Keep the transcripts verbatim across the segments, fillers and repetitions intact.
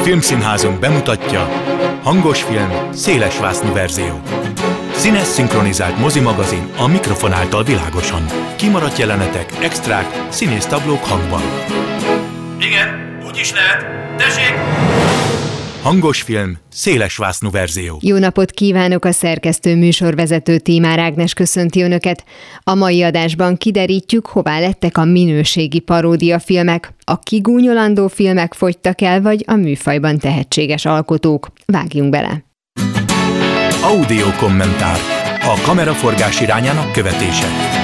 Filmszínházunk bemutatja hangos film, szélesvásznú verzió. Színes szinkronizált mozimagazin a mikrofon által világosan. Kimaradt jelenetek, extrák, színésztablók hangban. Igen, úgy is lehet. Tessék! Hangos film, szélesvásznú verzió. Jó napot kívánok, a szerkesztő műsorvezető Tímár Ágnes köszönti Önöket. A mai adásban kiderítjük, hová lettek a minőségi paródiafilmek. A kigúnyolandó filmek fogytak el, vagy a műfajban tehetséges alkotók. Vágjunk bele! Audio kommentár. A kameraforgás irányának követése.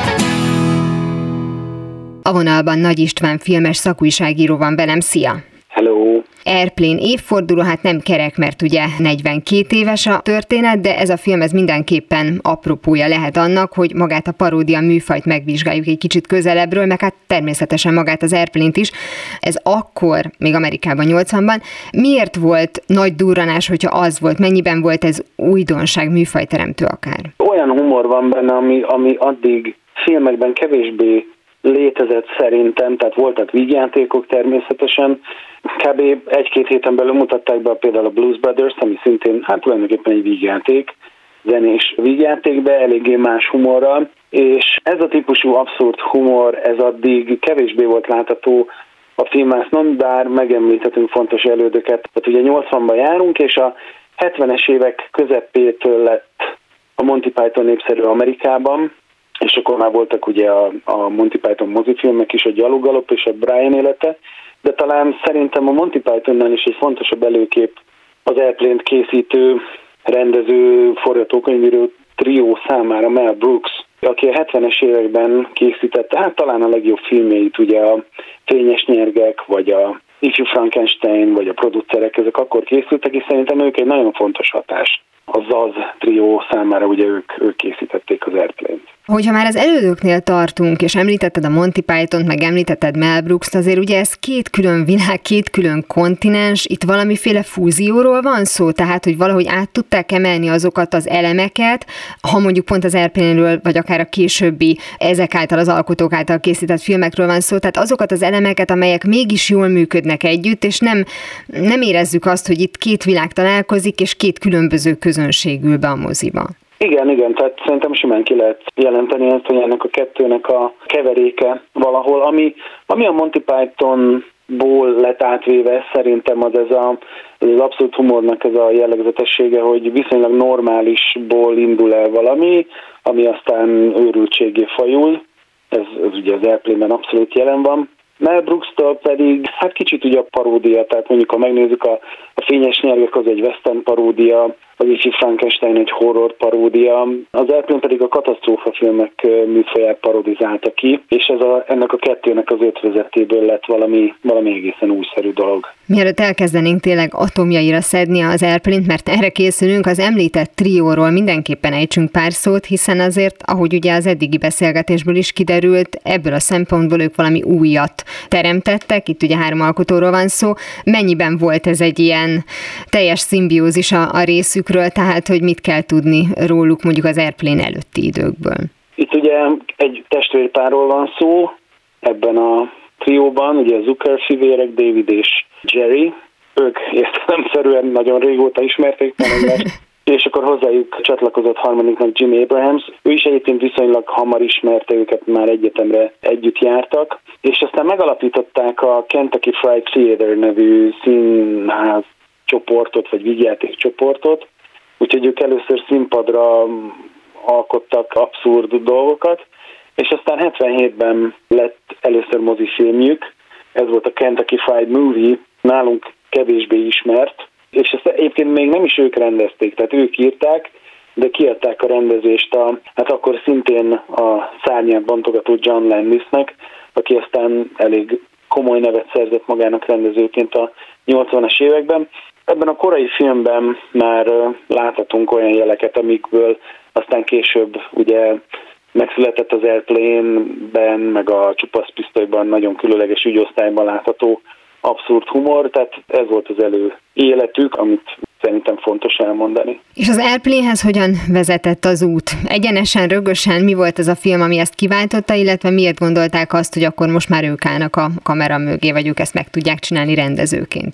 A vonalban Nagy István filmes szakújságíró van velem. Szia! Hello! Airplane évforduló, hát nem kerek, mert ugye negyvenkét éves a történet, de ez a film ez mindenképpen apropója lehet annak, hogy magát a paródia műfajt megvizsgáljuk egy kicsit közelebbről, meg hát természetesen magát az Airplane-t is. Ez akkor, még Amerikában nyolcvanban, miért volt nagy durranás, hogyha az volt? Mennyiben volt ez újdonság, műfajteremtő akár? Olyan humor van benne, ami, ami addig filmekben kevésbé létezett szerintem, tehát voltak vígjátékok természetesen. Kb. egy-két héten belül mutatták be például a Blues Brothers, ami szintén hát tulajdonképpen egy vígjáték, zenés vígjáték, de eléggé más humorral, és ez a típusú abszurd humor, ez addig kevésbé volt látható a filmmásznon, bár megemlíthetünk fontos elődöket. Tehát ugye nyolcvanban járunk, és a hetvenes évek közepétől lett a Monty Python népszerű Amerikában, és akkor már voltak ugye a, a Monty Python mozifilmek is, a Gyaloggalop és a Brian élete, de talán szerintem a Monty Pythonnál is egy fontosabb előkép az Airplane-t készítő, rendező, forgatókönyvíró trió számára Mel Brooks, aki a hetvenes években készítette, hát talán a legjobb filmjeit, ugye a Fényes nyergek, vagy a Ifjú Frankenstein, vagy a Producerek, ezek akkor készültek, és szerintem ők egy nagyon fontos hatás. A Zaz trió számára ugye ők, ők készítették az Airplane-t. Hogyha már az elődöknél tartunk, és említetted a Monty Pythont, meg említetted Mel Brooks-t, azért ugye ez két külön világ, két külön kontinens, itt valamiféle fúzióról van szó, tehát hogy valahogy át tudták emelni azokat az elemeket, ha mondjuk pont az Airplane-ről, vagy akár a későbbi ezek által, az alkotók által készített filmekről van szó, tehát azokat az elemeket, amelyek mégis jól működnek együtt, és nem, nem érezzük azt, hogy itt két világ találkozik, és két különböző közönség ül be a moziba. Igen, igen, tehát szerintem simán ki lehet jelenteni ezt, hogy ennek a kettőnek a keveréke valahol, ami, ami a Monty Pythonból lett átvéve, szerintem az ez a, ez az abszolút humornak ez a jellegzetessége, hogy viszonylag normálisból indul el valami, ami aztán őrültségé fajul, ez, ez ugye az Airplane-ben abszolút jelen van. Mel Brooks-től pedig hát kicsit ugye a paródia, tehát mondjuk ha megnézzük a, a Fényes nyergek, az egy western paródia, az Ifjú Frankenstein egy horror paródia, az Airplane pedig a katasztrófafilmek műfaját parodizálta ki, és ez a, ennek a kettőnek az ötvözetéből lett valami, valami egészen újszerű dolog. Mielőtt elkezdenénk tényleg atomjaira szedni az Airplane-t, mert erre készülünk, az említett trióról mindenképpen ejtsünk pár szót, hiszen azért, ahogy ugye az eddigi beszélgetésből is kiderült, ebből a szempontból ők valami újat teremtettek, itt ugye három alkotóról van szó. Mennyiben volt ez egy ilyen teljes szimbiózis a, a részükről, tehát hogy mit kell tudni róluk mondjuk az Airplane előtti időkből? Itt ugye egy testvérpárról van szó ebben a trióban, ugye a Zucker fivérek, David és Jerry, ők értelemszerűen nagyon régóta ismerték meg, és akkor hozzájuk csatlakozott harmadiknak Jim Abrahams. Ő is egyébként viszonylag hamar ismerte őket, már egyetemre együtt jártak, és aztán megalapították a Kentucky Fried Theater nevű színház csoportot, vagy vígjáték csoportot, úgyhogy ők először színpadra alkottak abszurd dolgokat, és aztán hetvenhétben lett először mozifilmjük, ez volt a Kentucky Fried Movie, nálunk kevésbé ismert, és ezt egyébként még nem is ők rendezték, tehát ők írták, de kiadták a rendezést a, hát akkor szintén a szárnyát bontogató John Landisnek, aki aztán elég komoly nevet szerzett magának rendezőként a nyolcvanas években. Ebben a korai filmben már láthatunk olyan jeleket, amikből aztán később ugye megszületett az Airplane-ben, meg a Csupasz pisztolyban nagyon különleges ügyosztályban látható abszurd humor, tehát ez volt az elő életük, amit szerintem fontos elmondani. És az Airplane-hez hogyan vezetett az út? Egyenesen, rögösen mi volt ez a film, ami ezt kiváltotta, illetve miért gondolták azt, hogy akkor most már ők állnak a kamera mögé, vagy ők ezt meg tudják csinálni rendezőként is?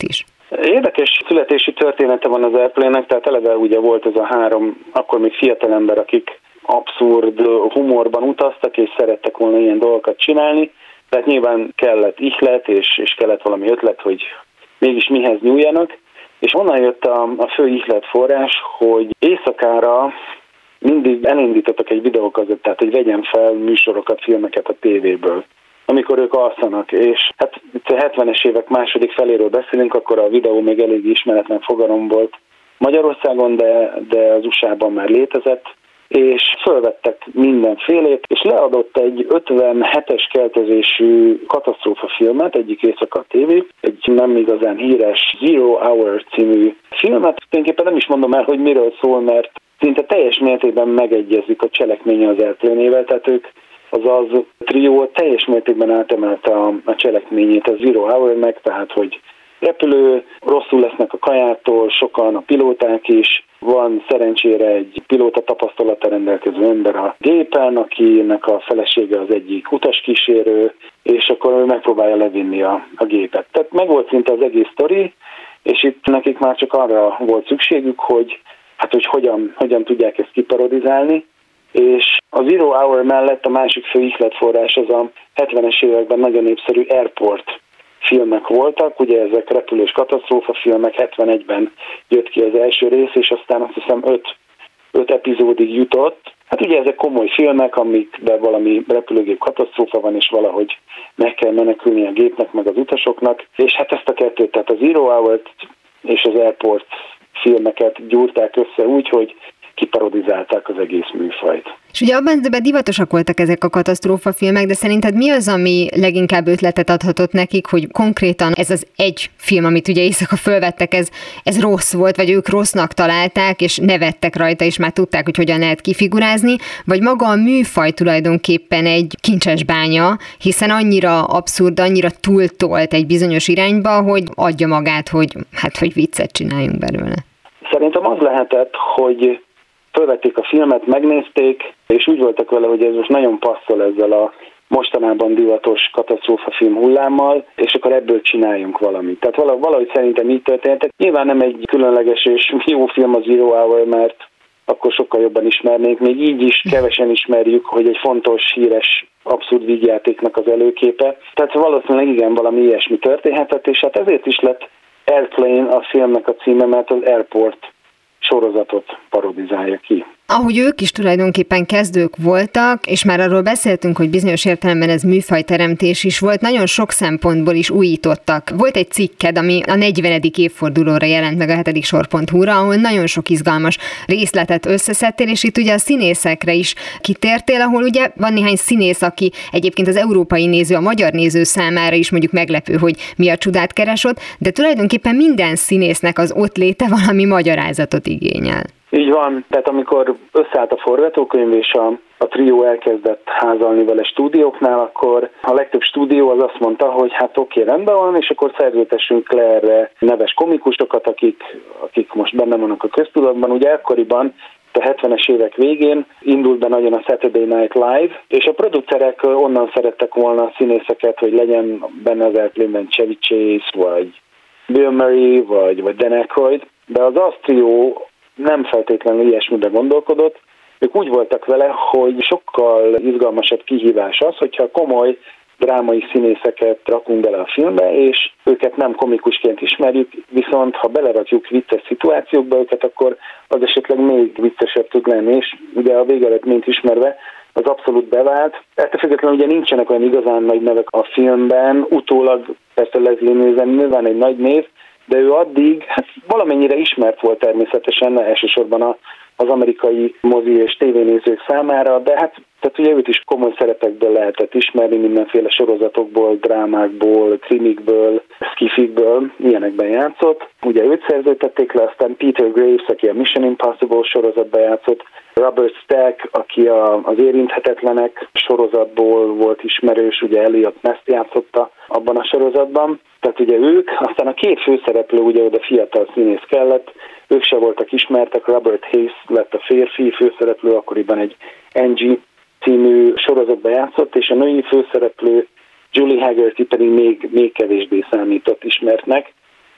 Érdekes születési története van az Airplane-nek, tehát eleve ugye volt ez a három, akkor még fiatal ember, akik abszurd humorban utaztak, és szerettek volna ilyen dolgokat csinálni, tehát nyilván kellett ihlet, és, és kellett valami ötlet, hogy mégis mihez nyúljanak, és onnan jött a, a fő ihletforrás, hogy éjszakára mindig elindítottak egy videókazettát, hogy vegyen fel műsorokat, filmeket a tévéből, amikor ők alszanak, és hát itt a hetvenes évek második feléről beszélünk, akkor a videó még elég ismeretlen fogalom volt Magyarországon, de, de az u es á-ban már létezett, és fölvettek mindenfélét, és leadott egy ötvenhetes keltezésű katasztrófafilmet, egyik éjszaka a tévé, egy nem igazán híres Zero Hour című filmet. Tulajdonképpen nem is mondom el, hogy miről szól, mert szinte teljes mértékben megegyezik a cselekménye az Airplane-ével, tehát ők azaz trió teljes mértékben átemelte a, a cselekményét a Zero Hour-nek, tehát hogy repülő, rosszul lesznek a kajától, sokan a pilóták is, van szerencsére egy pilóta tapasztalata rendelkező ember a gépen, akinek a felesége az egyik utaskísérő, és akkor ő megpróbálja levinni a, a gépet. Tehát meg volt szinte az egész sztori, és itt nekik már csak arra volt szükségük, hogy hát hogy hogyan, hogyan tudják ezt kiparodizálni, és a Zero Hour mellett a másik fő ihletforrás az a hetvenes években nagyon népszerű Airport filmek voltak, ugye ezek repülős katasztrófa filmek, hetvenegyben jött ki az első rész, és aztán azt hiszem öt, öt epizódig jutott. Hát ugye ezek komoly filmek, amikben valami repülőgép katasztrófa van, és valahogy meg kell menekülni a gépnek, meg az utasoknak, és hát ezt a kettőt, tehát az Zero Hour-t és az Airport filmeket gyúrták össze úgy, hogy kiparodizálták az egész műfajt. És ugye abban de divatosak voltak ezek a katasztrófafilmek, de szerinted mi az, ami leginkább ötletet adhatott nekik, hogy konkrétan ez az egy film, amit ugye éjszaka fölvettek, ez, ez rossz volt, vagy ők rossznak találták, és nevettek rajta, és már tudták, hogy hogyan lehet kifigurázni, vagy maga a műfaj tulajdonképpen egy kincses bánya, hiszen annyira abszurd, annyira túltolt egy bizonyos irányba, hogy adja magát, hogy hát, hogy viccet csináljunk belőle. Szerintem az lehetett, hogy fölvették a filmet, megnézték, és úgy voltak vele, hogy ez most nagyon passzol ezzel a mostanában divatos katasztrófafilm hullámmal, és akkor ebből csináljunk valamit. Tehát valahogy szerintem így történt. Nyilván nem egy különleges és jó film az Zero Hour, mert akkor sokkal jobban ismernénk. Még így is kevesen ismerjük, hogy egy fontos, híres, abszurd vígjátéknak az előképe. Tehát valószínűleg igen, valami ilyesmi történhetett, és hát ezért is lett Airplane a filmnek a címe, mert az Airport sorozatot parodizálja ki. Ahogy ők is tulajdonképpen kezdők voltak, és már arról beszéltünk, hogy bizonyos értelemben ez műfajteremtés is volt, nagyon sok szempontból is újítottak. Volt egy cikked, ami a negyvenedik évfordulóra jelent meg a hetedik sor pont hu-ra, ahol nagyon sok izgalmas részletet összeszedtél, és itt ugye a színészekre is kitértél, ahol ugye van néhány színész, aki egyébként az európai néző, a magyar néző számára is mondjuk meglepő, hogy mi a csodát keres ott, de tulajdonképpen minden színésznek az ott léte valami magyarázatot igényel. Így van, tehát amikor összeállt a forgatókönyv és a, a trió elkezdett házalni vele stúdióknál, akkor a legtöbb stúdió az azt mondta, hogy hát oké, rendben van, és akkor szerződtessünk le erre neves komikusokat, akik, akik most benne vannak a köztudatban. Ugye ekkoriban, a hetvenes évek végén indult be nagyon a Saturday Night Live, és a producerek onnan szerettek volna a színészeket, hogy legyen benne az Airplane-ben Chevy Chase, vagy Bill Murray, vagy, vagy Dan Aykroyd, de az az trió nem feltétlenül ilyesmire gondolkodott. Ők úgy voltak vele, hogy sokkal izgalmasabb kihívás az, hogyha komoly drámai színészeket rakunk bele a filmbe, és őket nem komikusként ismerjük, viszont ha belerakjuk vicces szituációkba őket, akkor az esetleg még viccesebb tud lenni, és ugye a végeredményt ismerve az abszolút bevált. Ettől függetlenül ugye nincsenek olyan igazán nagy nevek a filmben, utólag persze Leslie Nielsen nyilván egy nagy név, de ő addig hát valamennyire ismert volt természetesen, elsősorban a, az amerikai mozi és tévénézők számára, de hát tehát ugye őt is komoly szerepekből lehetett ismerni, mindenféle sorozatokból, drámákból, krimikből, skifikből, ilyenekben játszott. Ugye őt szerződtették le, aztán Peter Graves, aki a Mission Impossible sorozatban játszott, Robert Stack, aki a, az Érinthetetlenek sorozatból volt ismerős, ugye Elliot Ness játszotta abban a sorozatban. Tehát ugye ők, aztán a két főszereplő, ugye oda fiatal színész kellett, ők se voltak ismertek, Robert Hayes lett a férfi főszereplő, akkoriban egy Angie című sorozatban játszott, és a női főszereplő Julie Haggerty pedig még, még kevésbé számított ismertnek.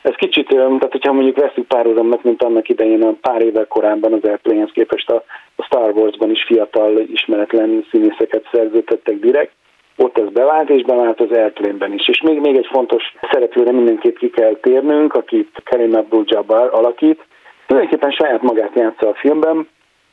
Ez kicsit, tehát hogyha mondjuk veszünk párhuzamnak, mint annak idején a pár évvel korábban az Airplane-hez képest a, a Star Wars-ban is fiatal, ismeretlen színészeket szerződtettek direkt. Ott ez bevált, és bevált az Airplane-ben is. És még, még egy fontos szereplőre mindenképp ki kell térnünk, akit Kareem Abdul-Jabbar alakít. Tulajdonképpen saját magát játsza a filmben.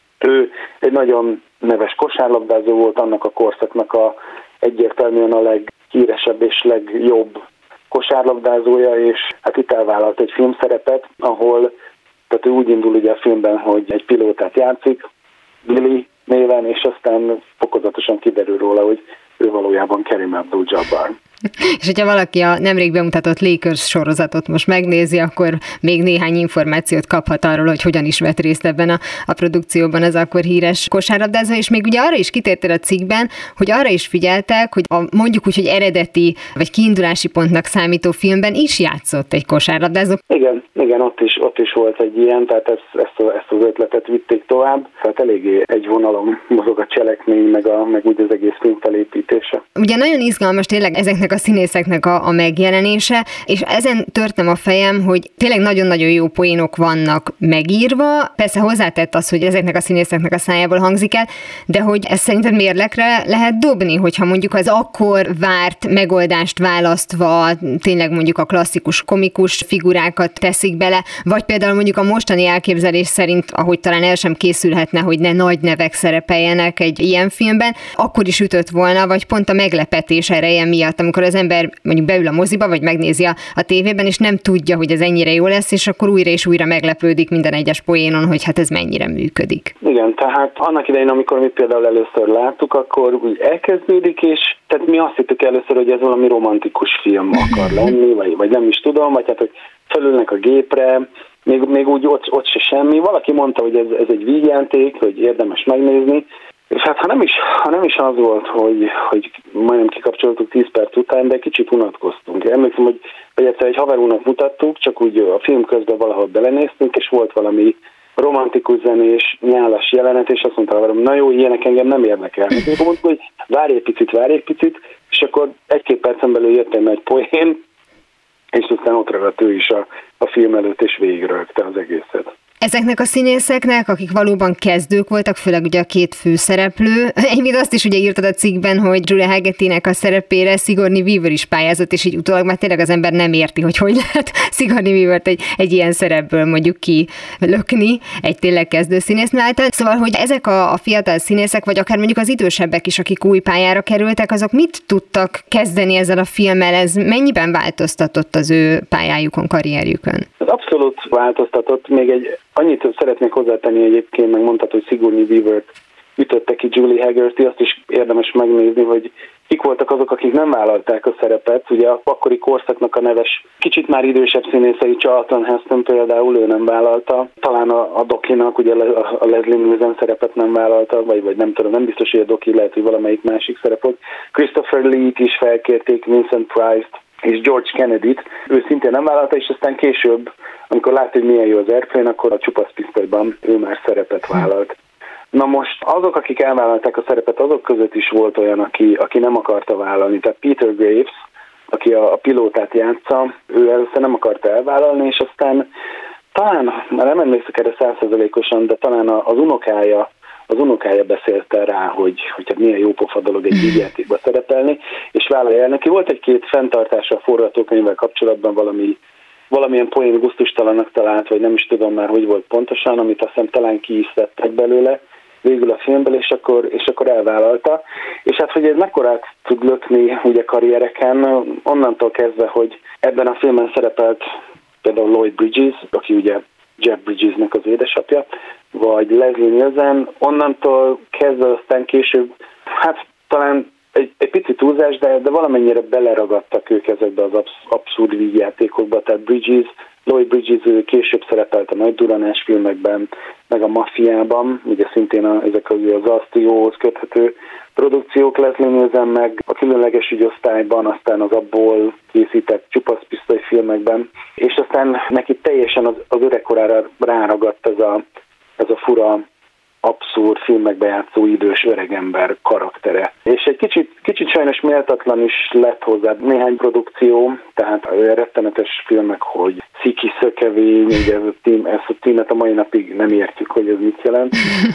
Ő egy nagyon neves kosárlabdázó volt, annak a korszaknak a egyértelműen a leghíresebb és legjobb kosárlabdázója, és hát itt elvállalt egy filmszerepet, ahol tehát ő úgy indul ugye a filmben, hogy egy pilótát játszik, Billy néven, és aztán fokozatosan kiderül róla, hogy ő valójában Kareem Abdul-Jabbar. És hogyha valaki a nemrég bemutatott Lakers sorozatot most megnézi, akkor még néhány információt kaphat arról, hogy hogyan is vett részt ebben a, a produkcióban az akkor híres kosárlabdázó, és még ugye arra is kitértél a cikkben, hogy arra is figyeltek, hogy a, mondjuk úgy, hogy eredeti vagy kiindulási pontnak számító filmben is játszott egy kosárlabdázó. Igen, igen, ott is, ott is volt egy ilyen, tehát ezt, ezt, a, ezt az ötletet vitték tovább, tehát eléggé egy vonalon mozog a cselekmény, meg, a, meg úgy az egész film felépítése. Ugye nagyon izgalmas tényleg ezeknek a színészeknek a, a megjelenése, és ezen törtem a fejem, hogy tényleg nagyon-nagyon jó poénok vannak megírva, persze hozzátett az, hogy ezeknek a színészeknek a szájából hangzik el, de hogy ezt szerinted mérlegre lehet dobni, hogyha mondjuk az akkor várt megoldást választva tényleg mondjuk a klasszikus komikus figurákat teszik bele, vagy például mondjuk a mostani elképzelés szerint, ahogy talán el sem készülhetne, hogy ne nagy nevek szerepeljenek egy ilyen filmben, akkor is ütött volna, vagy pont a meglepetés ereje miatt, amikor az ember mondjuk beül a moziba, vagy megnézi a, a tévében, és nem tudja, hogy ez ennyire jó lesz, és akkor újra és újra meglepődik minden egyes poénon, hogy hát ez mennyire működik. Igen, tehát annak idején, amikor mi például először láttuk, akkor úgy elkezdődik, és tehát mi azt hittük először, hogy ez valami romantikus film akar lenni, vagy, vagy nem is tudom, vagy hát, hogy felülnek a gépre, még, még úgy ott, ott se semmi. Valaki mondta, hogy ez, ez egy vígjáték, hogy érdemes megnézni, és hát ha nem is, ha nem is az volt, hogy, hogy majdnem kikapcsoltuk tíz perc után, de kicsit unatkoztunk. Emlékszem, hogy, hogy egyszer egy haverúnak mutattuk, csak úgy a film közben valahol belenéztünk, és volt valami romantikus zenés, nyálas jelenet, és azt mondta haverom, na jó, ilyenek engem nem érdekel. És akkor mondtuk, hogy várj egy picit, várj egy picit, és akkor egy-két percen belül jött egy nagy poén, és aztán ott ragadt ő is a, a film előtt, és végigrögte az egészet. Ezeknek a színészeknek, akik valóban kezdők voltak, főleg ugye a két főszereplő. Én még azt is ugye írtad a cikkben, hogy Julia Haggertynek a szerepére Sigourney Weaver is pályázott, és így utólag már tényleg az ember nem érti, hogy hogy lehet Sigourney Weavert egy, egy ilyen szerepből mondjuk kilökni egy tényleg kezdő színésznál. Szóval, hogy ezek a, a fiatal színészek, vagy akár mondjuk az idősebbek is, akik új pályára kerültek, azok mit tudtak kezdeni ezzel a filmmel? Ez mennyiben változtatott az ő pályájukon, karrierjükön? Ez abszolút változtatott. Még egy annyit szeretnék hozzátenni egyébként, meg mondtad, hogy Sigourney Weavert ütötte ki Julie Haggerty, azt is érdemes megnézni, hogy kik voltak azok, akik nem vállalták a szerepet. Ugye a akkori korszaknak a neves, kicsit már idősebb színészei, Charlton Heston például, ő nem vállalta. Talán a, a Dokinak, ugye a Leslie Nielsen szerepet nem vállalta, vagy, vagy nem tudom, nem biztos, hogy a Doki, lehet, hogy valamelyik másik szerep volt. Christopher Lee-t is felkérték, Vincent Price-t és George Kennedy-t. Ő szintén nem vállalta, és aztán később, amikor látta, hogy milyen jó az Airplane, akkor a Csupasz pisztolyban ő már szerepet vállalt. Na most azok, akik elvállalták a szerepet, azok között is volt olyan, aki, aki nem akarta vállalni. Tehát Peter Graves, aki a, a pilótát játsza, ő először nem akarta elvállalni, és aztán talán, már nem emlékszek erre száz százalékosan, de talán az unokája, az unokája beszélte rá, hogy, hogy hát milyen jó pofa dolog egy vígjátékba szerepelni, és vállalja el. Neki volt egy-két fenntartása a forgatókönyvvel kapcsolatban, valami valamilyen poén gusztustalannak talált, vagy nem is tudom már, hogy volt pontosan, amit azt hiszem talán ki is szedtek belőle végül a filmből, és akkor, és akkor elvállalta. És hát, hogy ez mekkorát tud lökni ugye karriereken, onnantól kezdve, hogy ebben a filmben szerepelt például Lloyd Bridges, aki ugye Jeff Bridgesnek az édesapja, vagy Leslie Nielsen, onnantól kezdve aztán később, hát talán Egy, egy pici túlzás, de, de valamennyire beleragadtak ők ezekbe az absz, abszurd vígjátékokba, tehát Bridges, Lloyd Bridges ő később szerepelt a Nagy Duranás filmekben, meg a Mafiában, ugye szintén a, ezek az, az Asztrióhoz köthető produkciók, Leslie Nielsen meg a Különleges ügyosztályban, aztán az abból készített Csupasz pisztoly filmekben, és aztán neki teljesen az, az öregkorára ráragadt ez a, ez a fura, abszurd filmekbe játszó idős öregember karaktere. És egy kicsit, kicsit sajnos méltatlan is lett hozzá néhány produkció, tehát olyan rettenetes filmek, hogy Ciki szökevény, ugye ez a tím, ezt a címet a mai napig nem értjük, hogy ez mit jelent,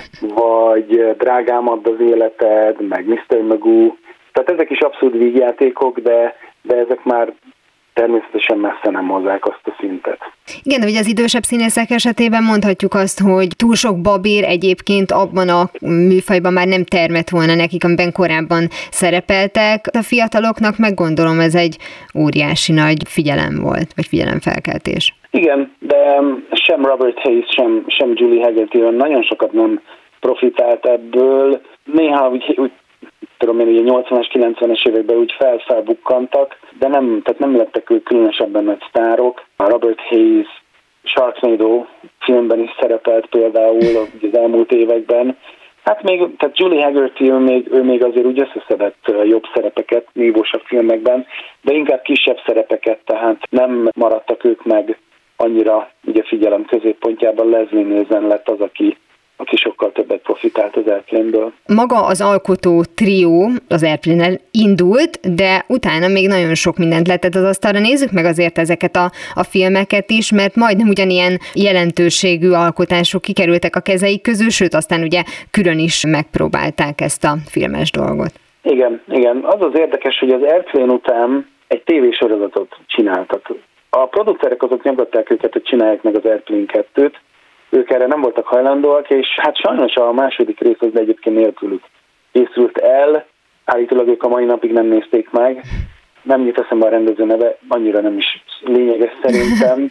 vagy Drágám, add az életed, meg miszter Magoo. Tehát ezek is abszolút vígjátékok, de, de ezek már természetesen messze nem hozzák azt a szintet. Igen, de ugye az idősebb színészek esetében mondhatjuk azt, hogy túl sok babér egyébként abban a műfajban már nem termett volna nekik, amiben korábban szerepeltek. A fiataloknak meg gondolom ez egy óriási nagy figyelem volt, vagy figyelemfelkeltés. Igen, de sem Robert Hayes, sem, sem Julie Haggerty nagyon sokat nem profitált ebből. Néha úgy, úgy tudom én, ugye nyolcvanas, kilencvenes években úgy fel-felbukkantak, de nem, tehát nem lettek ők különösebben nagy sztárok. A Robert Hayes Sharknado filmben is szerepelt például az elmúlt években. Hát még, tehát Julie Haggerty, ő még, ő még azért úgy összeszedett jobb szerepeket, nívósabb filmekben, de inkább kisebb szerepeket, tehát nem maradtak ők meg annyira ugye figyelem középpontjában. Leslie Nielsen lett az, aki aki sokkal többet profitált az Airplane-ből. Maga az alkotó trió az Airplane-nel indult, de utána még nagyon sok mindent letett az asztalra. Nézzük meg azért ezeket a, a filmeket is, mert majdnem ugyanilyen jelentőségű alkotások kikerültek a kezeik közül, sőt aztán ugye külön is megpróbálták ezt a filmes dolgot. Igen, igen. Az az érdekes, hogy az Airplane után egy tévésorozatot csináltak. A producerek azok nyomgatták őket, hogy csinálják meg az Airplane kettőt, ők erre nem voltak hajlandóak, és hát sajnos a második rész az egyébként nélkülük készült el, állítólag ők a mai napig nem nézték meg, nem jut eszembe a rendező neve, annyira nem is lényeges szerintem,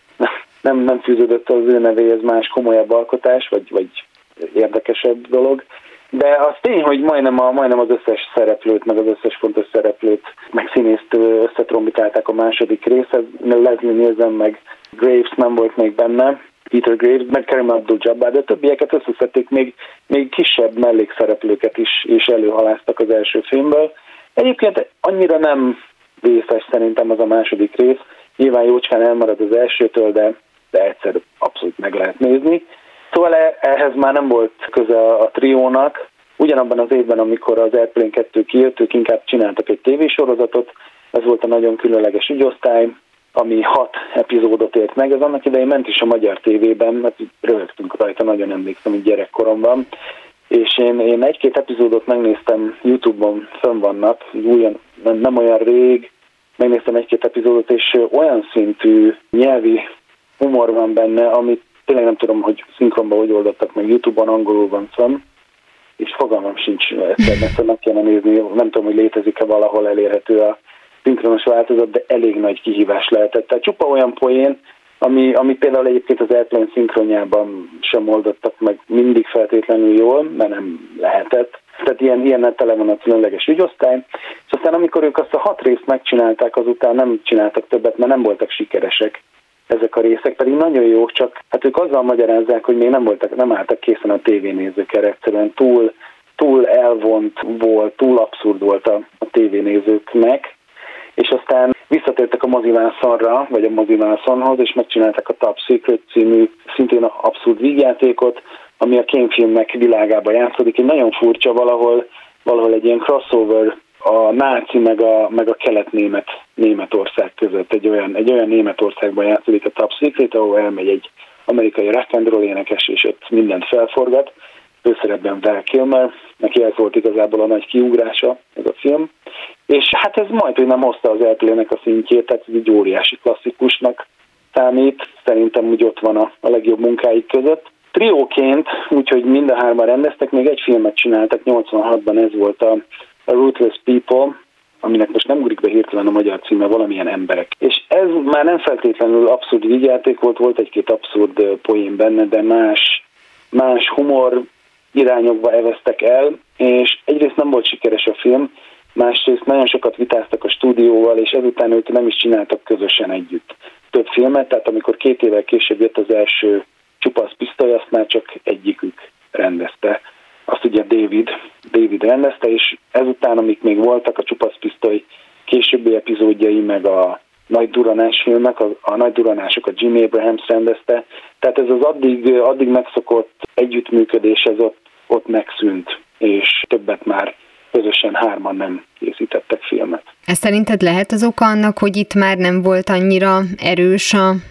nem, nem fűződött az ő nevéhez más komolyabb alkotás, vagy, vagy érdekesebb dolog, de az tény, hogy majdnem, a, majdnem az összes szereplőt, meg az összes fontos szereplőt, meg színészt összetrombitálták a második részhez, Leslie Nielsen, meg Graves nem volt még benne, Peter Graves, meg Kareem Abdul-Jabbar, de többieket összeszedték, még, még kisebb mellékszereplőket is, is előhaláztak az első filmből. Egyébként annyira nem vészes szerintem az a második rész, nyilván jócskán elmarad az elsőtől, de, de egyszer abszolút meg lehet nézni. Szóval ehhez már nem volt köze a, a triónak. Ugyanabban az évben, amikor az Airplane kettő kijött, ők inkább csináltak egy tévésorozatot, ez volt a nagyon különleges ügyosztály, ami hat epizódot ért meg, ez annak idején ment is a magyar tévében, mert röhögtünk rajta, nagyon emlékszem, hogy gyerekkoromban, és én, én egy-két epizódot megnéztem, YouTube-on fönn vannak, újan, nem, nem olyan rég, megnéztem egy-két epizódot, és olyan szintű nyelvi humor van benne, amit tényleg nem tudom, hogy szinkronban hogy oldottak meg, YouTube-on angolul van fönn, és fogalmam sincs, ezt meg kéne nézni, nem tudom, hogy létezik-e valahol elérhető a szinkronos változat, de elég nagy kihívás lehetett. Tehát csupa olyan poén, ami, ami például egyébként az Airplane szinkronjában sem oldottak meg mindig feltétlenül jól, mert nem lehetett. Tehát ilyen, ilyen tele van a különleges ügyosztály. És aztán amikor ők azt a hat részt megcsinálták, azután nem csináltak többet, mert nem voltak sikeresek ezek a részek, pedig nagyon jók, csak hát ők azzal magyarázzák, hogy még nem voltak, nem álltak készen a tévénézők erre, egyszerűen túl, túl elvont volt, túl abszurd volt a, a tévénézőknek, és aztán visszatértek a mozivászonra, vagy a mozivászonhoz, és megcsinálták a Top Secret című, szintén abszurd vígjátékot, ami a kémfilmek világában játszódik. Egy nagyon furcsa, valahol, valahol egy ilyen crossover a náci meg a, meg a kelet-német Németország között. Egy olyan, egy olyan Németországban játszódik a Top Secret, ahol elmegy egy amerikai rock and roll énekes, és ott mindent felforgat. Főszerepben Val Kilmer, neki ez volt igazából a nagy kiugrása, ez a film. És hát ez majd, hogy nem hozta az Airplane-nek a szintjét, tehát ez egy óriási klasszikusnak számít, szerintem úgy ott van a, a legjobb munkáik között. Trióként, úgyhogy mind a hárman rendeztek, még egy filmet csináltak, nyolcvanhatban ez volt a, a Ruthless People, aminek most nem ugrik be hirtelen a magyar címe, valamilyen emberek. És ez már nem feltétlenül abszurd vígjáték volt, volt egy-két abszurd poén benne, de más, más humor irányokba eveztek el, és egyrészt nem volt sikeres a film, másrészt nagyon sokat vitáztak a stúdióval, és ezután ők nem is csináltak közösen együtt több filmet, tehát amikor két évvel később jött az első Csupasz pisztoly, azt már csak egyikük rendezte. Azt ugye David, David rendezte, és ezután, amik még voltak, a Csupasz pisztoly későbbi epizódjai, meg a Nagy duranás filmek, a, a Nagy duranásokat Jim Abrahams rendezte, tehát ez az addig, addig megszokott együttműködés, ez ott, ott megszűnt, és többet már közösen hárman nem készítettek filmet. Ez szerinted lehet az oka annak, hogy itt már nem volt annyira erős a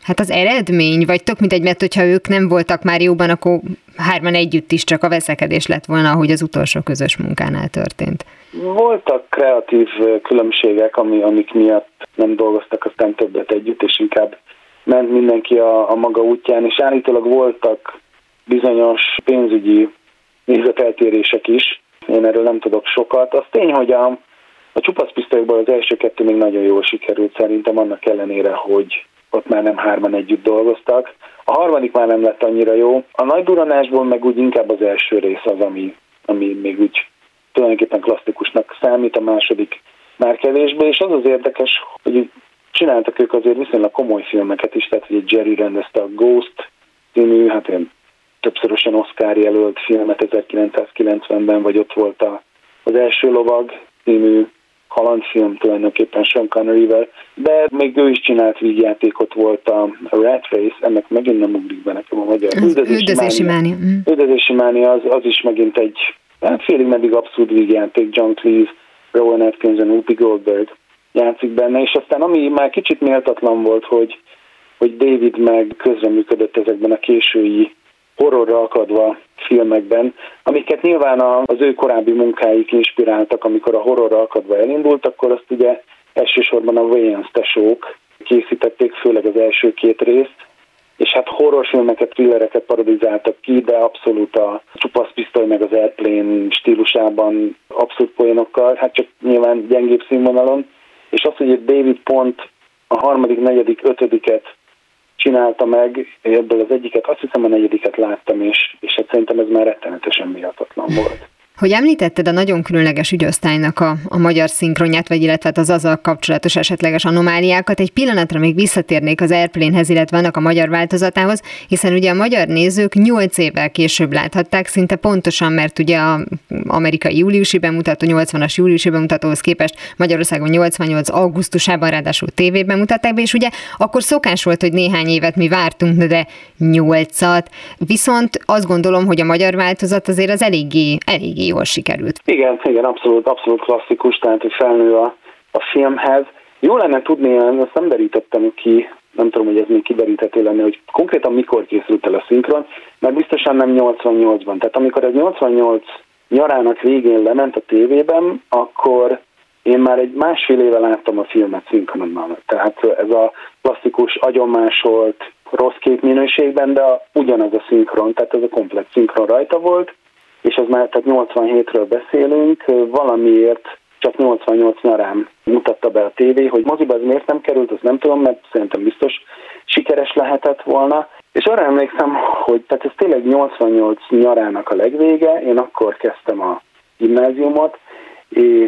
Hát az eredmény, vagy tök mindegy, mert hogyha ők nem voltak már jóban, akkor hárman együtt is csak a veszekedés lett volna, ahogy az utolsó közös munkánál történt. Voltak kreatív különbségek, ami, amik miatt nem dolgoztak aztán többet együtt, és inkább ment mindenki a, a maga útján, és állítólag voltak bizonyos pénzügyi nézeteltérések is. Én erről nem tudok sokat. Az tény, hogy a, a csupaszpisztolyokból az első kettő még nagyon jól sikerült, szerintem annak ellenére, hogy ott már nem hárman együtt dolgoztak. A harmadik már nem lett annyira jó. A nagy duranásból meg úgy inkább az első rész az, ami, ami még úgy tulajdonképpen klasszikusnak számít, a második már kevésbé, és az az érdekes, hogy csináltak ők azért viszonylag komoly filmeket is, tehát hogy Jerry rendezte a Ghost című, hát ilyen többszörösen Oscar jelölt filmet ezerkilencszázkilencvenben, vagy ott volt a, az Első lovag című kalandfilm tulajdonképpen Sean Conneryvel, de még ő is csinált vígjátékot, volt a Rat Race, ennek megint nem ugrik be nekem a magyar. Üldözési, Üldözési mánia. mánia. Üldözési mánia az, az is megint egy hát félig meddig abszurd vígjáték, John Cleese, Rowan Atkinson, Whoopi Goldberg játszik benne, és aztán ami már kicsit méltatlan volt, hogy, hogy David meg közreműködött ezekben a késői horrorra akadva filmekben, amiket nyilván az ő korábbi munkáik inspiráltak, amikor a horrorra akadva elindult, akkor azt ugye elsősorban a Wayans tesók készítették, főleg az első két részt, és hát horrorfilmeket, thrillereket parodizáltak ki, de abszolút a csupaszpisztoly meg az Airplane stílusában abszurd poénokkal, hát csak nyilván gyengébb színvonalon, és az, hogy David pont a harmadik, negyedik, ötödiket csinálta meg, ebből az egyiket, azt hiszem a negyediket láttam, és, és hát szerintem ez már rettenetesen méltatlan volt. Hogy említetted a nagyon különleges ügyosztálynak a, a magyar szinkronját, vagy illetve az azzal kapcsolatos esetleges anomáliákat, egy pillanatra még visszatérnék az Airplane-hez, illetve annak a magyar változatához, hiszen ugye a magyar nézők nyolc évvel később láthatták, szinte pontosan, mert ugye az amerikai júliusi bemutató, nyolcvanas júliusi bemutatóhoz képest Magyarországon nyolcvannyolc augusztusában ráadásul tévében mutatták be, és ugye akkor szokás volt, hogy néhány évet mi vártunk, de nyolcat, viszont azt gondolom, hogy a magyar változat azért az eléggé, eléggé jól sikerült. Igen, igen, abszolút, abszolút klasszikus, tehát hogy felnő a, a filmhez. Jó lenne tudni, én ezt nem derítettem ki, nem tudom, hogy ez még kideríthető lenne, hogy konkrétan mikor készült el a szinkron, mert biztosan nem nyolcvannyolcban. Tehát amikor ez nyolcvannyolc nyarának végén lement a tévében, akkor én már egy másfél éve láttam a filmet szinkronnal. Tehát ez a klasszikus agyonmásolt rossz képminőségben, de a, ugyanaz a szinkron, tehát ez a komplet szinkron rajta volt, és az már, tehát nyolcvanhétről beszélünk, valamiért csak nyolcvannyolc nyarán mutatta be a tévé, hogy moziba ez miért nem került, azt nem tudom, mert szerintem biztos sikeres lehetett volna. És arra emlékszem, hogy tehát ez tényleg nyolcvannyolc nyarának a legvége, én akkor kezdtem a gimnáziumot, és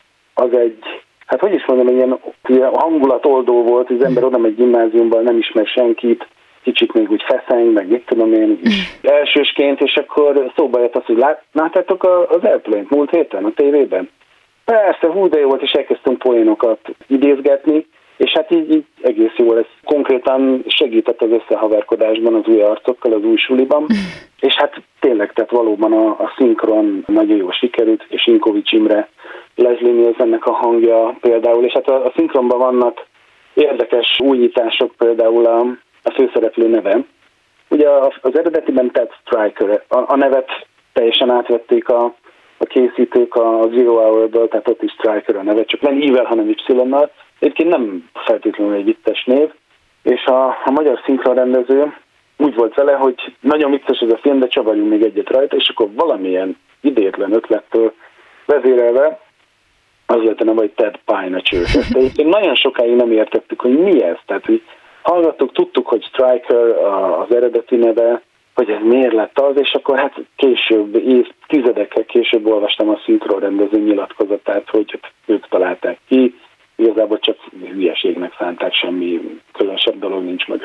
az egy, hát hogy is mondjam, egy ilyen hangulatoldó volt, hogy az ember oda megy gimnáziumban, nem ismer senkit, kicsit még úgy feszeng, meg mit tudom én, elsősként, és akkor szóba jött az, hogy lát, láttátok az Airplane-t múlt héten a tévében? Persze, hú, de jó volt, és elkezdtünk poénokat idézgetni, és hát így, így egész jól ez konkrétan segített az összehaverkodásban az új arcokkal, az új suliban, és hát tényleg, tehát valóban a, a szinkron nagyon jól sikerült, és Inkovics Imre, Leslie Mills ennek a hangja például, és hát a, a szinkronban vannak érdekes újítások, például a a főszereplő neve. Ugye az eredetiben Ted Stryker, a, a nevet teljesen átvették a, a készítők a Zero Hour-ből, tehát ott is Stryker a neve, csak nem I-vel, hanem Y-nal. Egyébként nem feltétlenül egy vicces név, és a, a magyar szinkronrendező úgy volt vele, hogy nagyon vicces ez a film, de csavarjunk még egyet rajta, és akkor valamilyen idétlen ötlettől vezérelve az lett a neve, hogy Ted Pine a csőhez. Egyébként nagyon sokáig nem értettük, hogy mi ez, tehát hogy hallgattuk, tudtuk, hogy Stryker az eredeti neve, hogy ez miért lett az, és akkor hát később, évtizedekkel később olvastam a szinkronrendező nyilatkozatát, hogy ők találták ki, igazából csak hülyeségnek szánták, semmi különösebb dolog nincs mögötte.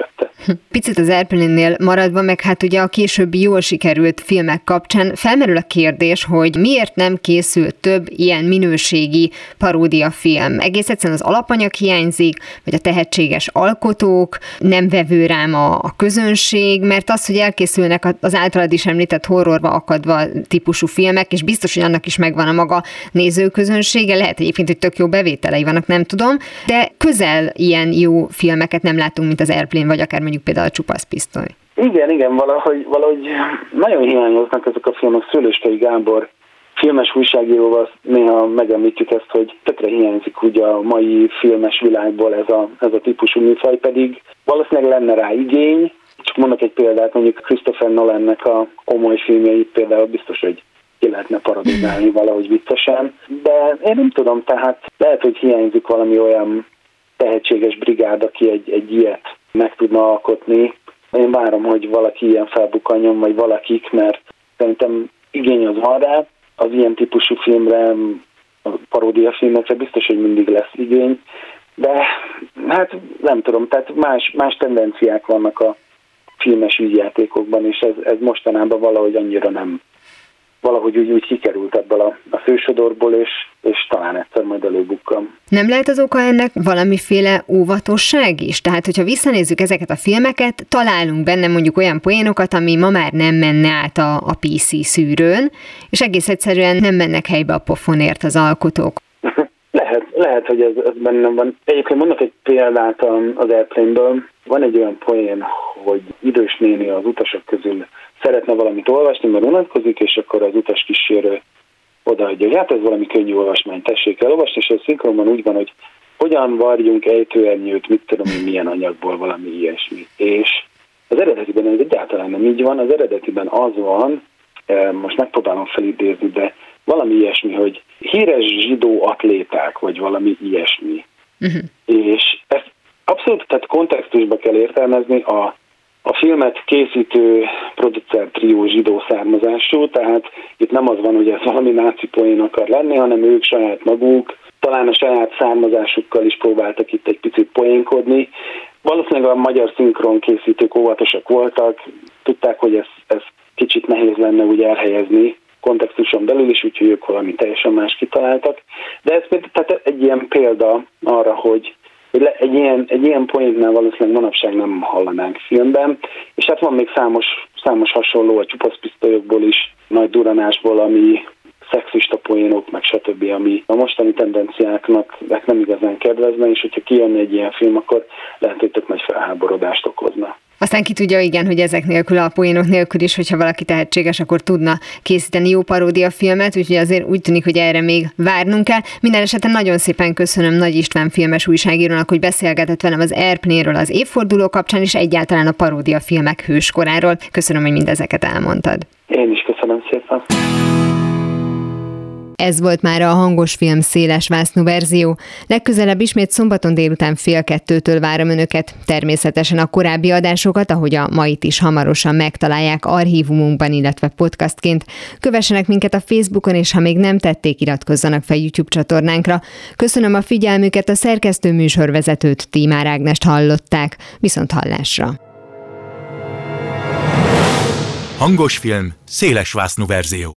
Picit az Airplane-nél maradva, meg hát ugye a későbbi jól sikerült filmek kapcsán felmerül a kérdés, hogy miért nem készült több ilyen minőségi paródiafilm. Egész egyszerűen az alapanyag hiányzik, vagy a tehetséges alkotók, nem vevő rám a, a közönség, mert az, hogy elkészülnek az általad is említett horrorba akadva típusú filmek, és biztos, hogy annak is megvan a maga nézőközönsége, lehet egyébként, hogy tök jó bevételei vannak, nem tudom, de közel ilyen jó filmeket nem látunk, mint az Airplane, vagy akár mondjuk például a Csupasz pisztoly. Igen, igen, valahogy, valahogy nagyon hiányoznak ezek a filmek. Szőlőskei Gábor filmes újságíróval néha megemlítjük ezt, hogy tökre hiányzik ugye a mai filmes világból ez a, ez a típusú műfaj, pedig valószínűleg lenne rá igény. Csak mondok egy példát, mondjuk Christopher Nolannek a komoly filmjeit például biztos, hogy ki lehetne parodizálni valahogy viccesen, de én nem tudom, tehát lehet, hogy hiányzik valami olyan tehetséges brigád, aki egy, egy ilyet meg tudna alkotni. Én várom, hogy valaki ilyen felbukkanjon, vagy valakik, mert szerintem igény az van rá. Az ilyen típusú filmre, a paródiafilmekre biztos, hogy mindig lesz igény, de hát nem tudom, tehát más, más tendenciák vannak a filmes ügyjátékokban, és ez, ez mostanában valahogy annyira nem, valahogy úgy, úgy kikerült ebből a, a fősodorból, és, és talán egyszer majd előbukkan. Nem lehet az oka ennek valamiféle óvatosság is? Tehát, hogyha visszanézzük ezeket a filmeket, találunk benne mondjuk olyan poénokat, ami ma már nem menne át a, a pé cé szűrőn, és egész egyszerűen nem mennek helybe a pofonért az alkotók. Lehet, lehet, hogy ez, ez bennem van. Egyébként mondok egy példát az Airplane-ből. Van egy olyan poén, hogy idős néni az utasok közül szeretne valamit olvasni, mert unatkozik, és akkor az utas kísérő odaadja, hogy hát ez valami könnyű olvasmány, tessék elolvasni, és ez szinkronban úgy van, hogy hogyan varjunk ejtőernyőt, mit tudom én, milyen anyagból, valami ilyesmi. És az eredetiben ez egyáltalán nem így van, az eredetiben az van, most megpróbálom felidézni, de valami ilyesmi, hogy híres zsidó atléták, vagy valami ilyesmi. Uh-huh. És ezt abszolút, tehát kontextusba kell értelmezni, a, a filmet készítő producer trió zsidó származású, tehát itt nem az van, hogy ez valami náci poén akar lenni, hanem ők saját maguk, talán a saját származásukkal is próbáltak itt egy picit poénkodni. Valószínűleg a magyar szinkron készítők óvatosak voltak, tudták, hogy ez, ez kicsit nehéz lenne úgy elhelyezni kontextuson belül is, úgyhogy ők valami teljesen más kitaláltak. De ez tehát egy ilyen példa arra, hogy egy ilyen, egy ilyen poéntnál valószínűleg manapság nem hallanánk filmben, és hát van még számos, számos hasonló a Csupasz pisztolyokból is, Nagy duranásból, ami szexista poénok, meg stb., ami a mostani tendenciáknak nem igazán kedvezne, és hogyha kijönne egy ilyen film, akkor lehet, hogy tök nagy felháborodást okozna. Aztán ki tudja, igen, hogy ezek nélkül, a poénok nélkül is, hogyha valaki tehetséges, akkor tudna készíteni jó paródiafilmet, úgyhogy azért úgy tűnik, hogy erre még várnunk kell. Minden esetben nagyon szépen köszönöm Nagy István filmes újságírónak, hogy beszélgetett velem az Airplane-ről az évforduló kapcsán, és egyáltalán a paródiafilmek hőskoráról. Köszönöm, hogy mindezeket elmondtad. Én is köszönöm szépen. Ez volt már a Hangos Film széles vásznú verzió. Legközelebb ismét szombaton délután fél kettőtől várom önöket. Természetesen a korábbi adásokat, ahogy a mait is hamarosan megtalálják archívumunkban, illetve podcastként. Kövessenek minket a Facebookon, és ha még nem tették, iratkozzanak fel YouTube csatornánkra. Köszönöm a figyelmüket, a szerkesztő műsorvezetőt, Tímár Ágnest hallották. Viszont hallásra! Hangos Film széles vásznú verzió.